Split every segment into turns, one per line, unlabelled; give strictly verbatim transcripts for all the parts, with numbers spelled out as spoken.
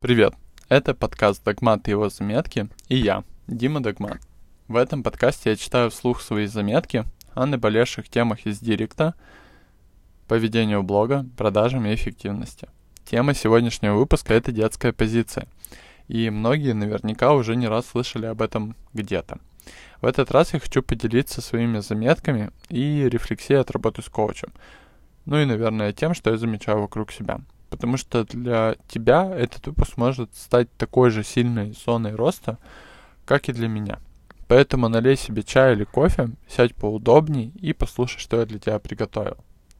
Привет! Это подкаст «Догмат и его заметки» и я, Дима Догмат. В этом подкасте я читаю вслух свои заметки о наболевших темах из директа, по ведению блога, продажам и эффективности. Тема сегодняшнего выпуска — это детская позиция. И многие наверняка уже не раз слышали об этом где-то. В этот раз я хочу поделиться своими заметками и рефлексией от работы с коучем. Ну и, наверное, тем, что я замечаю вокруг себя. Потому что для тебя этот выпуск может стать такой же сильной зоной роста, как и для меня. Поэтому налей себе чай или кофе, сядь поудобней и послушай, что я для тебя приготовил.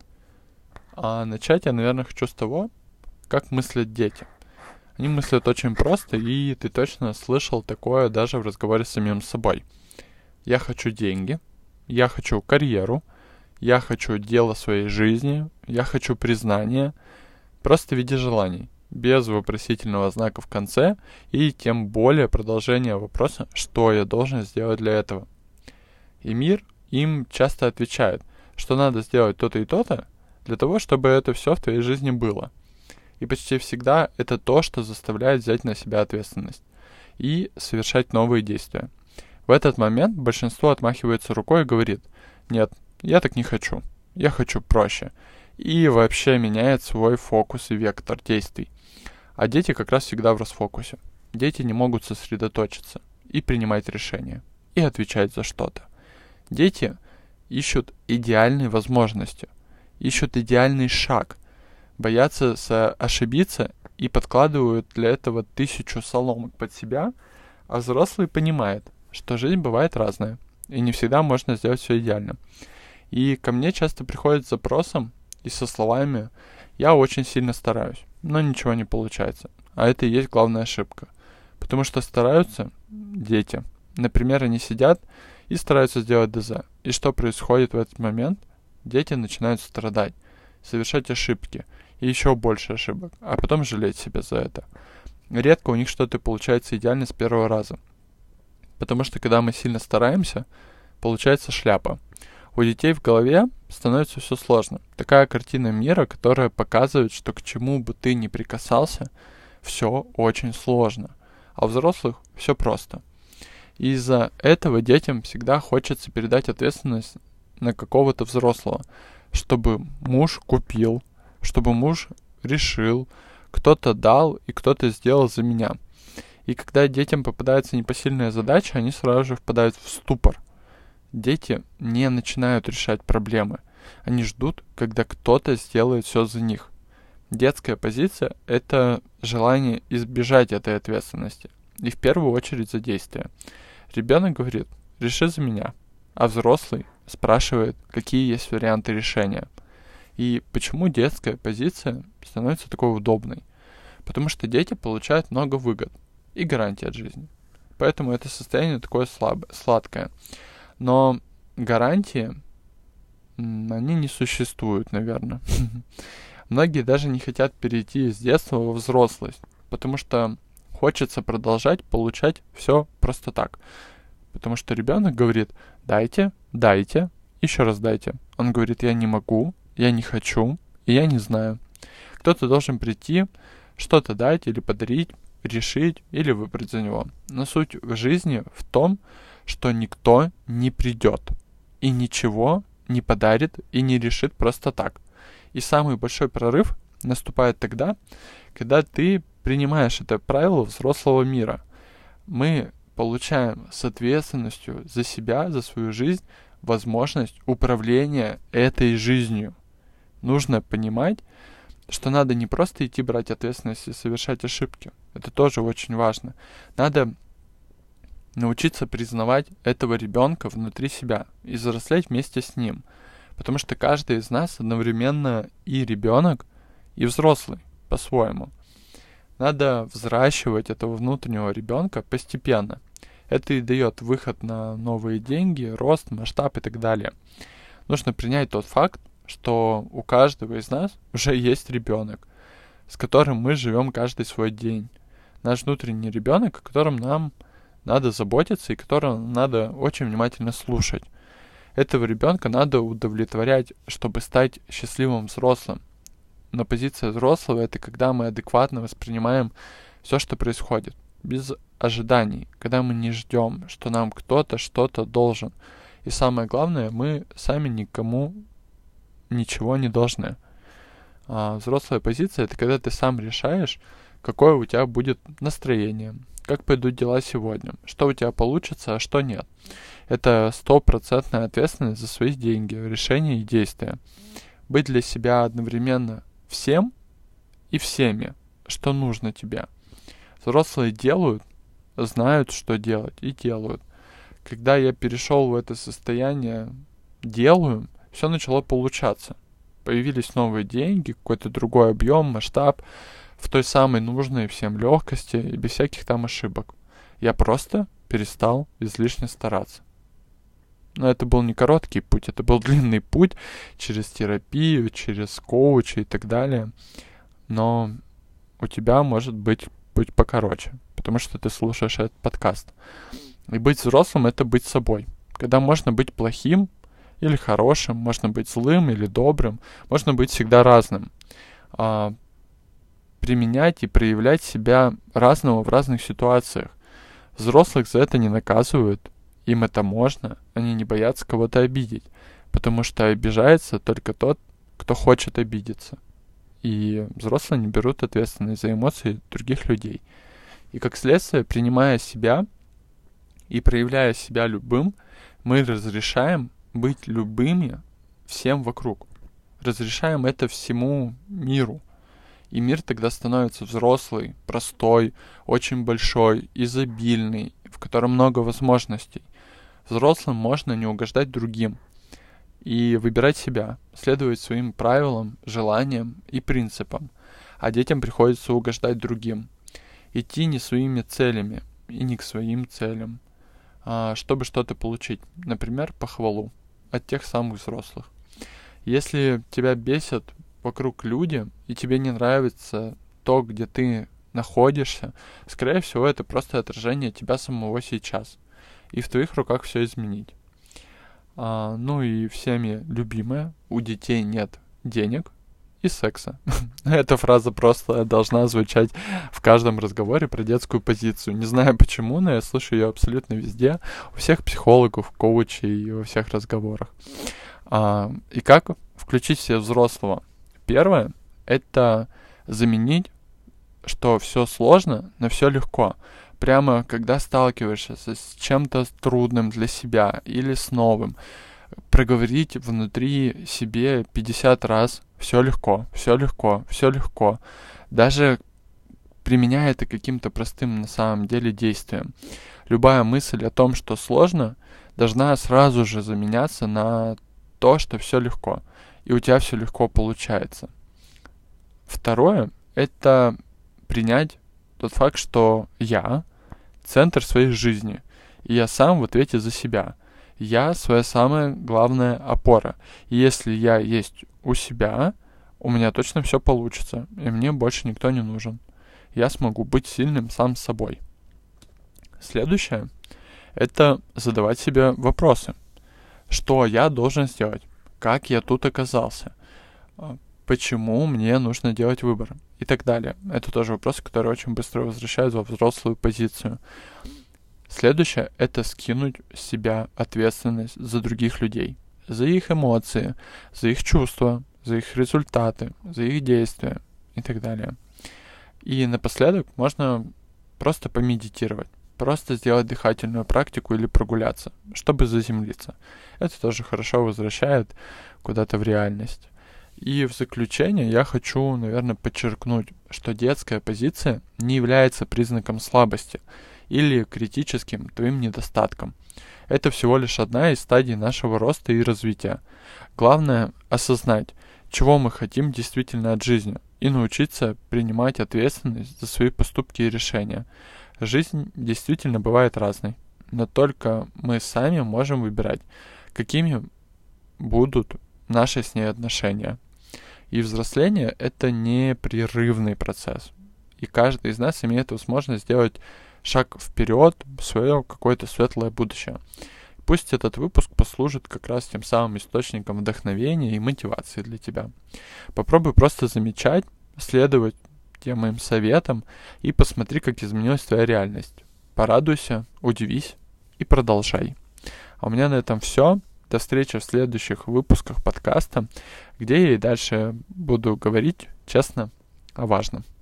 А начать я, наверное, хочу с того, как мыслят дети. Они мыслят очень просто, и ты точно слышал такое даже в разговоре с самим собой. Я хочу деньги, я хочу карьеру, я хочу дело своей жизни, я хочу признания. Просто в виде желаний, без вопросительного знака в конце и тем более продолжение вопроса, что я должен сделать для этого. И мир им часто отвечает, что надо сделать то-то и то-то для того, чтобы это все в твоей жизни было. И почти всегда это то, что заставляет взять на себя ответственность и совершать новые действия. В этот момент большинство отмахивается рукой и говорит: «Нет, я так не хочу, я хочу проще». И вообще меняет свой фокус и вектор действий. А дети как раз всегда в расфокусе. Дети не могут сосредоточиться и принимать решения, и отвечать за что-то. Дети ищут идеальные возможности, ищут идеальный шаг, боятся ошибиться и подкладывают для этого тысячу соломок под себя, а взрослый понимает, что жизнь бывает разная, и не всегда можно сделать все идеально. И ко мне часто приходят с запросом и со словами: «Я очень сильно стараюсь, но ничего не получается». А это и есть главная ошибка. Потому что стараются дети. Например, они сидят и стараются сделать ДЗ. И что происходит в этот момент? Дети начинают страдать, совершать ошибки и еще больше ошибок, а потом жалеть себя за это. Редко у них что-то получается идеально с первого раза. Потому что когда мы сильно стараемся, получается шляпа. У детей в голове становится все сложно. Такая картина мира, которая показывает, что к чему бы ты ни прикасался, все очень сложно. А у взрослых все просто. И из-за этого детям всегда хочется передать ответственность на какого-то взрослого, чтобы муж купил, чтобы муж решил, кто-то дал и кто-то сделал за меня. И когда детям попадается непосильная задача, они сразу же впадают в ступор. Дети не начинают решать проблемы. Они ждут, когда кто-то сделает все за них. Детская позиция — это желание избежать этой ответственности. И в первую очередь за действия. Ребенок говорит: «Реши за меня». А взрослый спрашивает, какие есть варианты решения. И почему детская позиция становится такой удобной? Потому что дети получают много выгод и гарантий от жизни. Поэтому это состояние такое слабое, сладкое. Но гарантии, они не существуют, наверное. Многие даже не хотят перейти из детства во взрослость, потому что хочется продолжать получать все просто так. Потому что ребенок говорит: «Дайте, дайте, еще раз дайте». Он говорит: «Я не могу, я не хочу, и я не знаю». Кто-то должен прийти, что-то дать или подарить, решить или выбрать за него. Но суть в жизни в том, что никто не придет и ничего не подарит и не решит просто так. И самый большой прорыв наступает тогда, когда ты принимаешь это правило взрослого мира. Мы получаем с ответственностью за себя, за свою жизнь, возможность управления этой жизнью. Нужно понимать, что надо не просто идти брать ответственность и совершать ошибки. Это тоже очень важно. Надо научиться признавать этого ребенка внутри себя и взрослеть вместе с ним. Потому что каждый из нас одновременно и ребенок, и взрослый по-своему. Надо взращивать этого внутреннего ребенка постепенно. Это и дает выход на новые деньги, рост, масштаб и так далее. Нужно принять тот факт, что у каждого из нас уже есть ребенок, с которым мы живем каждый свой день. Наш внутренний ребенок, о котором нам надо заботиться и которого надо очень внимательно слушать. Этого ребенка надо удовлетворять, чтобы стать счастливым взрослым. Но позиция взрослого — это когда мы адекватно воспринимаем все, что происходит, без ожиданий, когда мы не ждем, что нам кто-то что-то должен. И самое главное, мы сами никому ничего не должны. А взрослая позиция — это когда ты сам решаешь, какое у тебя будет настроение, как пойдут дела сегодня, что у тебя получится, а что нет. Это стопроцентная ответственность за свои деньги, решения и действия. Быть для себя одновременно всем и всеми, что нужно тебе. Взрослые делают, знают, что делать, и делают. Когда я перешел в это состояние «делаю», все начало получаться. Появились новые деньги, какой-то другой объем, масштаб, в той самой нужной всем легкости и без всяких там ошибок. Я просто перестал излишне стараться. Но это был не короткий путь, это был длинный путь через терапию, через коуча и так далее. Но у тебя может быть путь покороче, потому что ты слушаешь этот подкаст. И быть взрослым — это быть собой. Когда можно быть плохим или хорошим, можно быть злым или добрым, можно быть всегда разным. А, применять и проявлять себя разного в разных ситуациях. Взрослых за это не наказывают, им это можно, они не боятся кого-то обидеть, потому что обижается только тот, кто хочет обидеться. И взрослые не берут ответственность за эмоции других людей. И как следствие, принимая себя и проявляя себя любым, мы разрешаем быть любыми всем вокруг. Разрешаем это всему миру. И мир тогда становится взрослый, простой, очень большой, изобильный, в котором много возможностей. Взрослым можно не угождать другим и выбирать себя, следовать своим правилам, желаниям и принципам. А детям приходится угождать другим, идти не своими целями и не к своим целям, а чтобы что-то получить, например, похвалу от тех самых взрослых. Если тебя бесят вокруг люди, и тебе не нравится то, где ты находишься, скорее всего, это просто отражение тебя самого сейчас. И в твоих руках все изменить. А, ну и всеми любимое: у детей нет денег и секса. Эта фраза просто должна звучать в каждом разговоре про детскую позицию. Не знаю почему, но я слышу ее абсолютно везде. У всех психологов, коучей и во всех разговорах. А, и как включить в себя взрослого? Первое — это заменить, что все сложно, на все легко. Прямо когда сталкиваешься с чем-то трудным для себя или с новым, проговорить внутри себе пятьдесят раз: все легко, все легко, все легко. Даже применяя это каким-то простым на самом деле действием. Любая мысль о том, что сложно, должна сразу же заменяться на то, что все легко. И у тебя все легко получается. Второе — это принять тот факт, что я — центр своей жизни, и я сам в ответе за себя. Я — своя самая главная опора. И если я есть у себя, у меня точно все получится, и мне больше никто не нужен. Я смогу быть сильным сам с собой. Следующее — это задавать себе вопросы. Что я должен сделать? Как я тут оказался? Почему мне нужно делать выбор? И так далее. Это тоже вопросы, которые очень быстро возвращают во взрослую позицию. Следующее — это скинуть с себя ответственность за других людей. За их эмоции, за их чувства, за их результаты, за их действия и так далее. И напоследок можно просто помедитировать. Просто сделать дыхательную практику или прогуляться, чтобы заземлиться. Это тоже хорошо возвращает куда-то в реальность. И в заключение я хочу, наверное, подчеркнуть, что детская позиция не является признаком слабости или критическим твоим недостатком. Это всего лишь одна из стадий нашего роста и развития. Главное — осознать, чего мы хотим действительно от жизни, и научиться принимать ответственность за свои поступки и решения. Жизнь действительно бывает разной, но только мы сами можем выбирать, какими будут наши с ней отношения. И взросление — это непрерывный процесс. И каждый из нас имеет возможность сделать шаг вперед в свое какое-то светлое будущее. Пусть этот выпуск послужит как раз тем самым источником вдохновения и мотивации для тебя. Попробуй просто замечать, следовать тем моим советам и посмотри, как изменилась твоя реальность. Порадуйся, удивись и продолжай. А у меня на этом все. До встречи в следующих выпусках подкаста, где я и дальше буду говорить честно о важном.